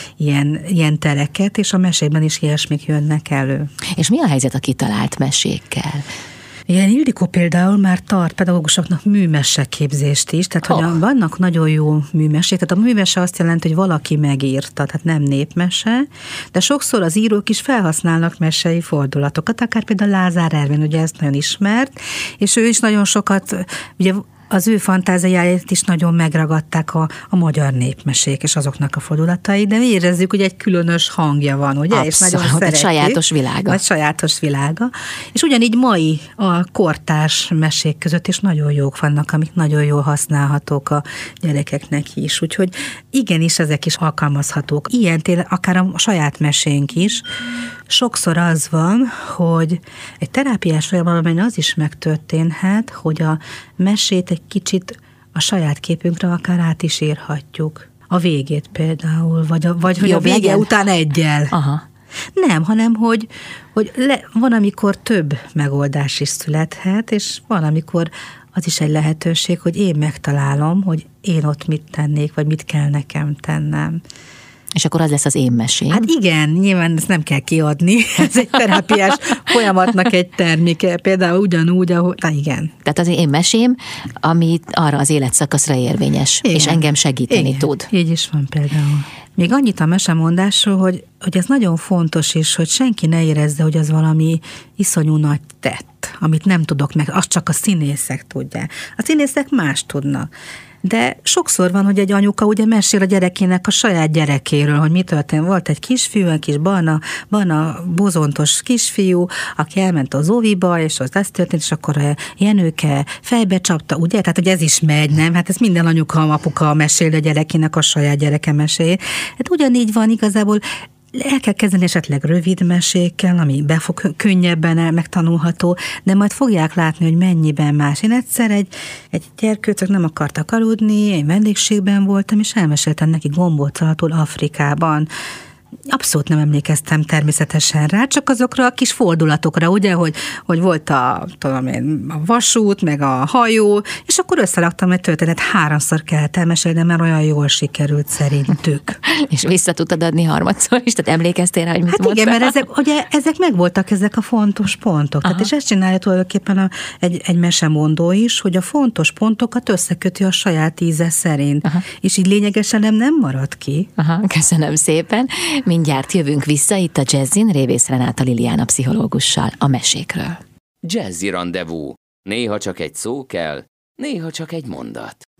ilyen tereket, és a mesékben is ilyesmik jönnek elő. És mi a helyzet a kitalált mesékkel? Ilyen Ildikó például már tart pedagógusoknak műmeseképzést is, tehát hogy vannak nagyon jó műmesék, tehát a műmese azt jelenti, hogy valaki megírta, tehát nem népmese, de sokszor az írók is felhasználnak mesei fordulatokat, akár például Lázár Ervin, ugye ezt nagyon ismert, és ő is nagyon sokat, ugye az ő fantáziáját is nagyon megragadták a magyar népmesék és azoknak a fordulatai, de mi érezzük, hogy egy különös hangja van, ugye? Abszolút, és nagyon szeretjük. Egy sajátos világa. Egy sajátos világa. És ugyanígy mai a kortárs mesék között is nagyon jók vannak, amik nagyon jól használhatók a gyerekeknek is. Úgyhogy igenis ezek is alkalmazhatók. Ilyen tényleg akár a saját mesénk is. Sokszor az van, hogy egy terápiás folyamatban az is megtörténhet, hogy a mesét egy kicsit a saját képünkre akár át is írhatjuk. A végét például, vagy hogy a vége legyen után egyel. Aha. Nem, hanem hogy van, amikor több megoldás is születhet, és van, amikor az is egy lehetőség, hogy én megtalálom, hogy én ott mit tennék, vagy mit kell nekem tennem. És akkor az lesz az én mesém. Hát igen, nyilván ezt nem kell kiadni. Ez egy terápiás folyamatnak egy terméke. Például ugyanúgy, ahogy... igen. Tehát az én mesém, ami arra az életszakaszra érvényes, igen. És engem segíteni tud. Így is van például. Még annyit a mesemondásról, hogy ez nagyon fontos is, hogy senki ne érezze, hogy az valami iszonyú nagy tett, amit nem tudok meg, azt csak a színészek tudják. A színészek más tudnak. De sokszor van, hogy egy anyuka ugye mesél a gyerekének a saját gyerekéről, hogy mi történt. Volt egy kisfiú, egy kis barna bozontos kisfiú, aki elment az óviba, és az ez történt, és akkor a Jenőke fejbe csapta, ugye? Tehát, hogy ez is megy, nem? Hát ez minden anyuka, apuka mesél a gyerekének, a saját gyereke mesél. Hát ugyanígy van igazából. El kell kezdeni esetleg rövid mesékkel, ami könnyebben megtanulható, de majd fogják látni, hogy mennyiben más. Én egyszer egy gyerkőcök nem akartak aludni, én vendégségben voltam, és elmeséltem neki gombócalatul Afrikában. Abszolút nem emlékeztem természetesen rá, csak azokra a kis fordulatokra, ugye, hogy volt a vasút, meg a hajó, és akkor összeraktam egy történet, 3-szor kellett elmesélni, mert olyan jól sikerült szerintük. És vissza tudtad adni 3-szor is, tehát emlékeztél rá, hogy mit mondtál? Igen, mert ezek megvoltak, ezek a fontos pontok. Tehát, és ezt csinálja tulajdonképpen egy mesemondó is, hogy a fontos pontokat összeköti a saját íze szerint. Aha. És így lényegesen nem marad ki. Aha, köszönöm szépen. Mindjárt jövünk vissza itt a Jazzin Révész Renáta Liliana pszichológussal a mesékről. Jazzy Rendezvous. Néha csak egy szó kell, néha csak egy mondat.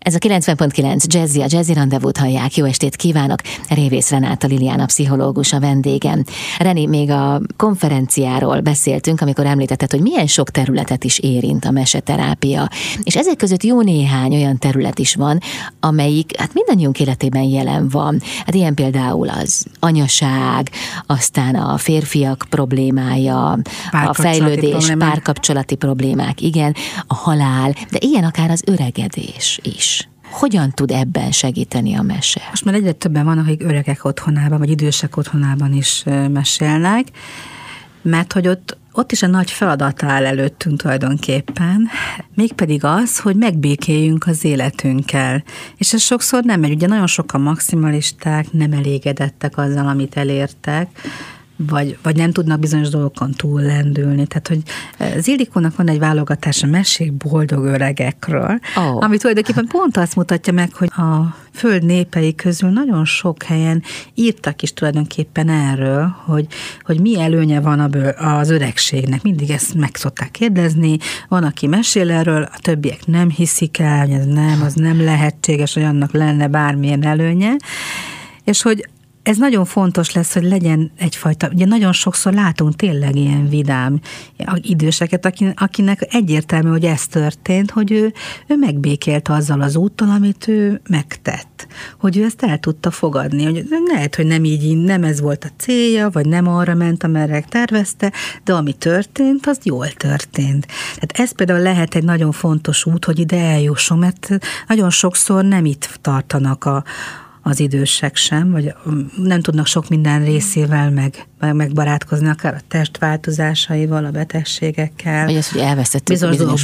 Ez a 90.9 Jazzy, a Jazzy Rendezvút hallják. Jó estét kívánok! Révész Renáta Liliana pszichológus a vendégem. Reni, még a konferenciáról beszéltünk, amikor említetted, hogy milyen sok területet is érint a meseterápia. És ezek között jó néhány olyan terület is van, amelyik hát mindannyiunk életében jelen van. Hát ilyen például az anyaság, aztán a férfiak problémája, a fejlődés, párkapcsolati problémák, igen, a halál, de ilyen akár az öregedés is. Hogyan tud ebben segíteni a mese? Most már egyre többen vannak, akik öregek otthonában, vagy idősek otthonában is mesélnek, mert hogy ott is a nagy feladat áll előttünk tulajdonképpen, mégpedig az, hogy megbékéljünk az életünkkel. És ez sokszor nem megy, ugye nagyon sokan maximalisták, nem elégedettek azzal, amit elértek, vagy nem tudnak bizonyos dolgokon túllendülni. Tehát, hogy az Ildikónak van egy válogatása Mesék boldog öregekről, ami tulajdonképpen pont azt mutatja meg, hogy a föld népei közül nagyon sok helyen írtak is tulajdonképpen erről, hogy mi előnye van az öregségnek. Mindig ezt meg szokták kérdezni, van, aki mesél erről, a többiek nem hiszik el, hogy az nem lehetséges, hogy annak lenne bármilyen előnye, és hogy ez nagyon fontos lesz, hogy legyen egyfajta, ugye nagyon sokszor látunk tényleg ilyen vidám időseket, akinek egyértelmű, hogy ez történt, hogy ő megbékélt azzal az úttal, amit ő megtett. Hogy ő ezt el tudta fogadni, hogy lehet, hogy nem ez volt a célja, vagy nem arra ment, amerre tervezte, de ami történt, az jól történt. Tehát ez például lehet egy nagyon fontos út, hogy ide eljusson, mert nagyon sokszor nem itt tartanak az idősek sem, vagy nem tudnak sok minden részével megbarátkozni, akár a testváltozásaival, a betegségekkel. Vagy az, hogy elvesztettük bizonyos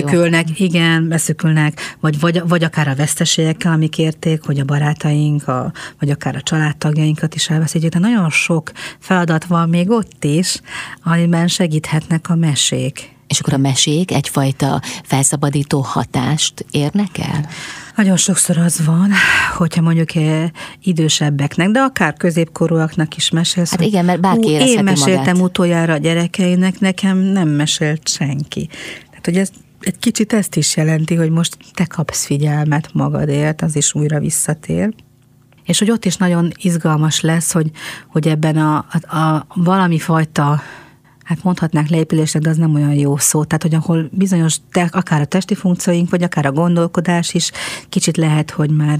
beszűkülnek, vagy akár a veszteségekkel, amik érték, hogy a barátaink, vagy akár a családtagjainkat is elveszítjük. De nagyon sok feladat van még ott is, amiben segíthetnek a mesék. És akkor a mesék egyfajta felszabadító hatást érnek el? Nagyon sokszor az van, hogyha mondjuk idősebbeknek, de akár középkorúaknak is mesélsz. Hát igen, mert bárki érezheti magát. Én meséltem utoljára a gyerekeinek, nekem nem mesélt senki. Tehát, hogy ez egy kicsit ezt is jelenti, hogy most te kapsz figyelmet magadért, az is újra visszatér. És hogy ott is nagyon izgalmas lesz, hogy ebben a valami fajta, hát mondhatnánk leépülésnek, de az nem olyan jó szó. Tehát, hogy ahol bizonyos, akár a testi funkcióink, vagy akár a gondolkodás is kicsit lehet, hogy már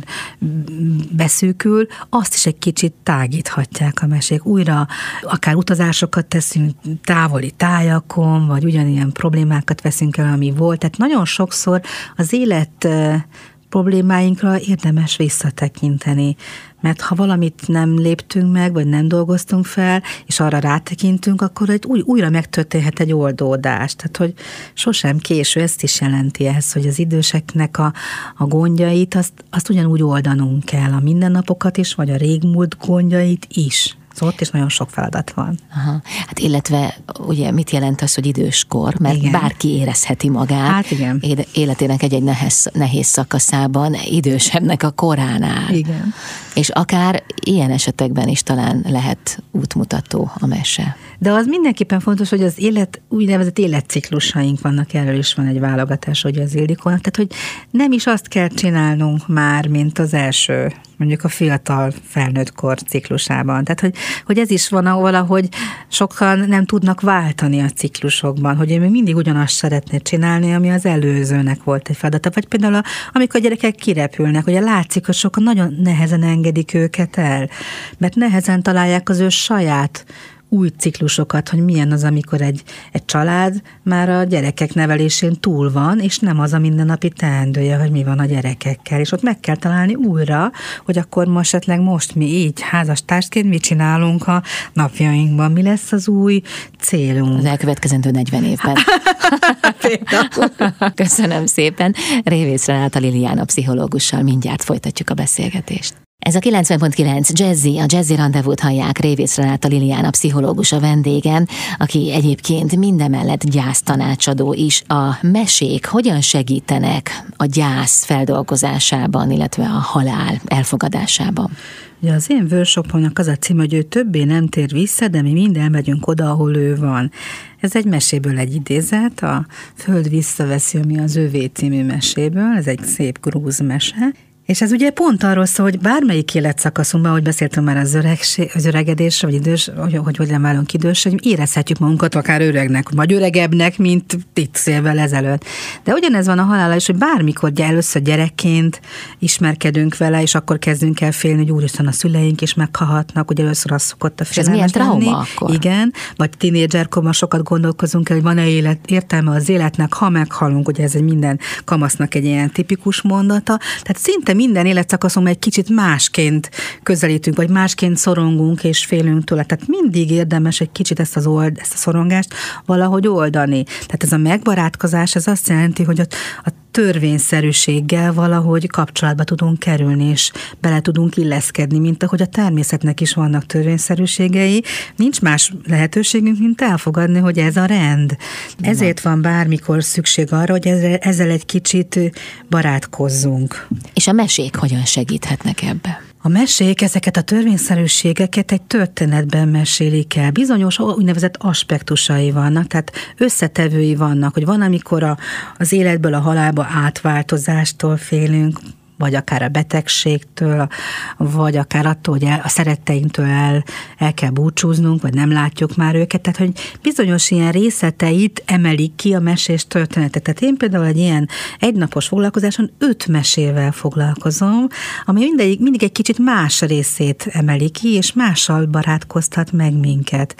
beszűkül, azt is egy kicsit tágíthatják a mesék. Újra akár utazásokat teszünk távoli tájakon, vagy ugyanilyen problémákat veszünk el, ami volt. Tehát nagyon sokszor az élet problémáinkra érdemes visszatekinteni. Mert ha valamit nem léptünk meg, vagy nem dolgoztunk fel, és arra rátekintünk, akkor újra megtörténhet egy oldódás. Tehát, hogy sosem késő, ezt is jelenti ez, hogy az időseknek a gondjait, azt ugyanúgy oldanunk kell, a mindennapokat is, vagy a régmúlt gondjait is. Szóval ott is nagyon sok feladat van. Aha. Hát illetve ugye mit jelent az, hogy időskor? Mert igen, bárki érezheti magát. Hát igen. Életének egy nehéz szakaszában, idősebbnek a koránál. Igen. És akár ilyen esetekben is talán lehet útmutató a mese. De az mindenképpen fontos, hogy az úgynevezett életciklusaink vannak, erről is van egy válogatás, hogy az Ildikónak, tehát hogy nem is azt kell csinálnunk már, mint az első, mondjuk a fiatal felnőttkor ciklusában. Tehát, hogy ez is van, valahogy sokan nem tudnak váltani a ciklusokban, hogy én még mindig ugyanazt szeretné csinálni, ami az előzőnek volt egy feladata. Vagy például, amikor a gyerekek kirepülnek, ugye látszik, hogy sokan nagyon nehezen engedik őket el, mert nehezen találják az ő saját új ciklusokat, hogy milyen az, amikor egy család már a gyerekek nevelésén túl van, és nem az a mindennapi teendője, hogy mi van a gyerekekkel. És ott meg kell találni újra, hogy akkor most mi így házastársként mit csinálunk a napjainkban, mi lesz az új célunk. Az elkövetkezendő 40 évben. Köszönöm szépen. Révész Renáta Liliana pszichológussal mindjárt folytatjuk a beszélgetést. Ez a 90.9 Jazzy, a Jazzy Rendezvút hallják, Révész Renáta Liliana pszichológus a vendégem, aki egyébként mindemellett gyásztanácsadó is. A mesék hogyan segítenek a gyász feldolgozásában, illetve a halál elfogadásában? Ugye az én workshopomnak az a cím, hogy ő többé nem tér vissza, de mi mind elmegyünk oda, ahol ő van. Ez egy meséből egy idézet, a Föld visszaveszi, ami az Övé című meséből, ez egy szép grúz mese. És ez ugye pont arról szól, hogy bármelyik életszakaszunkban, ahogy beszéltünk már az öregedésre, vagy idős, hogy nem válunk idős, hogy érezhetjük magunkat akár öregnek, vagy öregebbnek, mint 10 évvel ezelőtt. De ugyanez van a halállal is, hogy bármikor először gyerekként ismerkedünk vele, és akkor kezdünk el félni, hogy úristen, a szüleink is meghalhatnak, ugye először az szokott a félelmes lenni. Ez milyen trauma akkor? Igen, vagy tínédzserkorban sokat gondolkozunk el, hogy van-e értelme az életnek, ha meghalunk, ugye ez egy minden kamasznak egy ilyen tipikus mondata. Tehát szinte minden életszakaszon egy kicsit másként közelítünk, vagy másként szorongunk és félünk tőle. Tehát mindig érdemes egy kicsit ezt a szorongást valahogy oldani. Tehát ez a megbarátkozás, ez azt jelenti, hogy a törvényszerűséggel valahogy kapcsolatba tudunk kerülni, és bele tudunk illeszkedni, mint ahogy a természetnek is vannak törvényszerűségei. Nincs más lehetőségünk, mint elfogadni, hogy ez a rend. Ezért van bármikor szükség arra, hogy ezzel egy kicsit barátkozzunk. És a mesék hogyan segíthetnek ebbe? A mesék ezeket a törvényszerűségeket egy történetben mesélik el. Bizonyos úgynevezett aspektusai vannak, tehát összetevői vannak, hogy van, amikor az életből a halálba átváltozástól félünk, vagy akár a betegségtől, vagy akár attól, hogy a szeretteinktől el kell búcsúznunk, vagy nem látjuk már őket. Tehát, hogy bizonyos ilyen részleteit emelik ki a mesés történetet. Tehát én például egy ilyen egynapos foglalkozáson 5 mesével foglalkozom, ami mindig egy kicsit más részét emeli ki, és mással barátkoztat meg minket.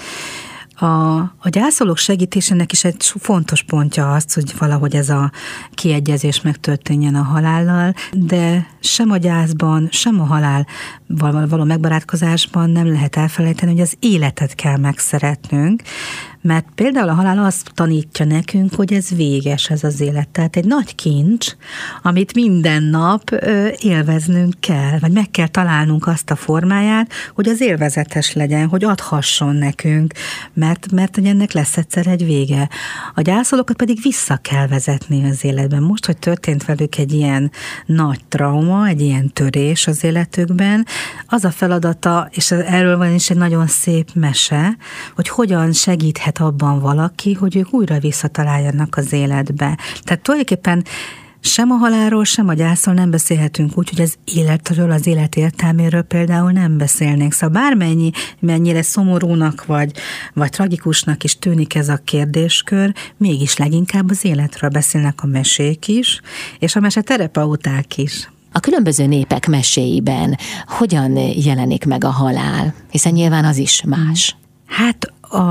A gyászolók segítésének is egy fontos pontja az, hogy valahogy ez a kiegyezés megtörténjen a halállal, de sem a gyászban, sem a halál való megbarátkozásban nem lehet elfelejteni, hogy az életet kell megszeretnünk, mert például a halál azt tanítja nekünk, hogy ez véges, ez az élet. Tehát egy nagy kincs, amit minden nap élveznünk kell, vagy meg kell találnunk azt a formáját, hogy az élvezetes legyen, hogy adhasson nekünk, mert hogy ennek lesz egyszer egy vége. A gyászolókat pedig vissza kell vezetni az életben. Most, hogy történt velük egy ilyen nagy trauma, egy ilyen törés az életükben, az a feladata, és erről van is egy nagyon szép mese, hogy hogyan segíthet abban valaki, hogy ők újra visszataláljanak az életbe. Tehát tulajdonképpen sem a halálról, sem a gyászról nem beszélhetünk úgy, hogy az életről, az élet értelméről például nem beszélnénk. Szóval mennyire szomorúnak vagy tragikusnak is tűnik ez a kérdéskör, mégis leginkább az életről beszélnek a mesék is, és a meseterapeuták is. A különböző népek meséiben hogyan jelenik meg a halál? Hiszen nyilván az is más. Hát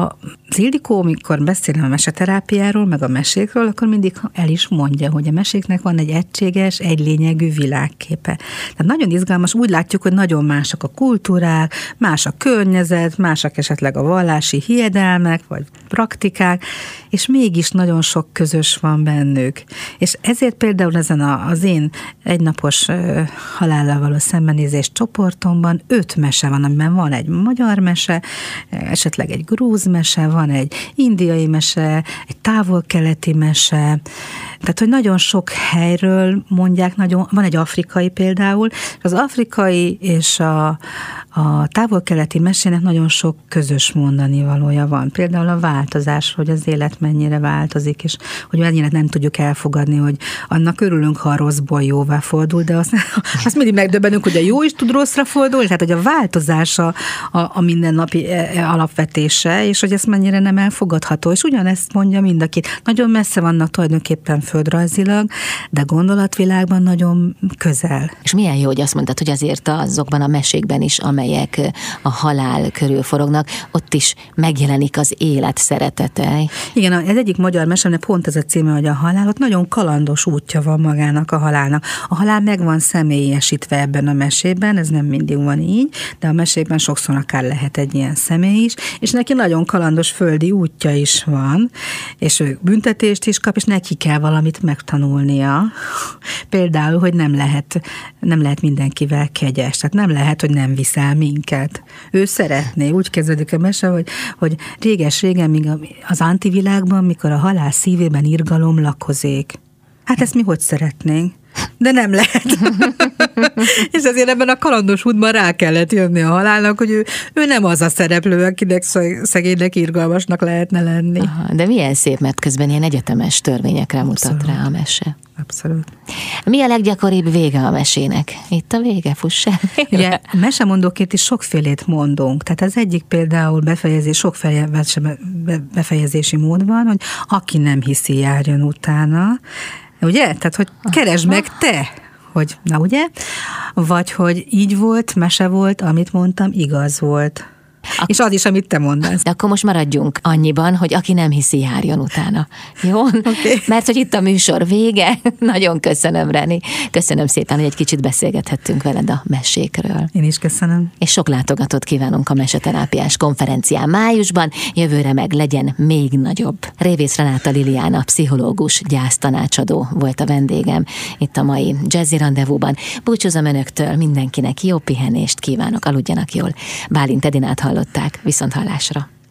az Ildikó, amikor beszél a meseterápiáról, meg a mesékről, akkor mindig el is mondja, hogy a meséknek van egy egységes, egy lényegű világképe. Tehát nagyon izgalmas, úgy látjuk, hogy nagyon másak a kultúrák, más a környezet, másak esetleg a vallási hiedelmek, vagy praktikák, és mégis nagyon sok közös van bennük. És ezért például ezen az én egynapos halállal való szembenézés csoportomban 5 mese van, amiben van egy magyar mese, esetleg egy grúz mese, van egy indiai mese, egy távol-keleti mese, tehát, hogy nagyon sok helyről mondják, van egy afrikai például, az afrikai és a távol-keleti mesének nagyon sok közös mondani valója van. Például a változás, hogy az élet mennyire változik, és hogy mennyire nem tudjuk elfogadni, hogy annak örülünk, ha a rosszból jóvá fordul, de azt mindig megdöbbenünk, hogy a jó is tud rosszra fordulni, tehát, hogy a változás a mindennapi alapvetése, és hogy ez mennyire nem elfogadható. És ugyanezt mondja mind a két. Nagyon messze vannak tulajdonképpen földrajzilag, de gondolatvilágban nagyon közel. És milyen jó, hogy azt mondtad, hogy azért azokban a mesékben is, amelyek a halál körül forognak, ott is megjelenik az élet szeretete. Igen, ez egyik magyar mesének pont ez a címe, hogy a halál, ott nagyon kalandos útja van magának a halálnak. A halál meg van személyesítve ebben a mesében, ez nem mindig van így, de a mesében sokszor akár lehet egy ilyen személy is, és neki nagyon kalandos földi útja is van, és ő büntetést is kap, és neki kell valamit megtanulnia. Például, hogy nem lehet mindenkivel kegyes, tehát nem lehet, hogy nem viszel minket. Ő szeretné, úgy kezdődik a mese, hogy réges-régen, még az antivilágban, mikor a halál szívében irgalom lakozik. Hát ezt mi hogy szeretnénk? De nem lehet. És azért ebben a kalandos útban rá kellett jönni a halálnak, hogy ő nem az a szereplő, akinek szegénynek irgalmasnak lehetne lenni. Aha, de milyen szép, mert közben ilyen egyetemes törvényekre mutat rá a mese. Abszolút. Mi a leggyakoribb vége a mesének? Itt a vége, fuss el. Ugye mesemondóként is sokfélét mondunk. Tehát az egyik például sokféle befejezési mód van, hogy aki nem hiszi, járjon utána. Ugye? Tehát, hogy keresd meg te, hogy na ugye? Vagy, hogy így volt, mese volt, amit mondtam, igaz volt. És az is, amit te mondasz. De akkor most maradjunk annyiban, hogy aki nem hiszi, járjon utána. Jó? Okay. Mert hogy itt a műsor vége. Nagyon köszönöm, Reni. Köszönöm szépen, hogy egy kicsit beszélgethettünk veled a mesékről. Én is köszönöm. És sok látogatót kívánunk a meseterápiás konferencián májusban, jövőre meg legyen még nagyobb. Révész Renáta Liliana, pszichológus, gyásztanácsadó volt a vendégem itt a mai Jazzy Rendezvúban. Búcsúzom önöktől, mindenkinek jó pihenést kívánok, aludjanak jól. Bálint Edinát hallották, viszont hallásra.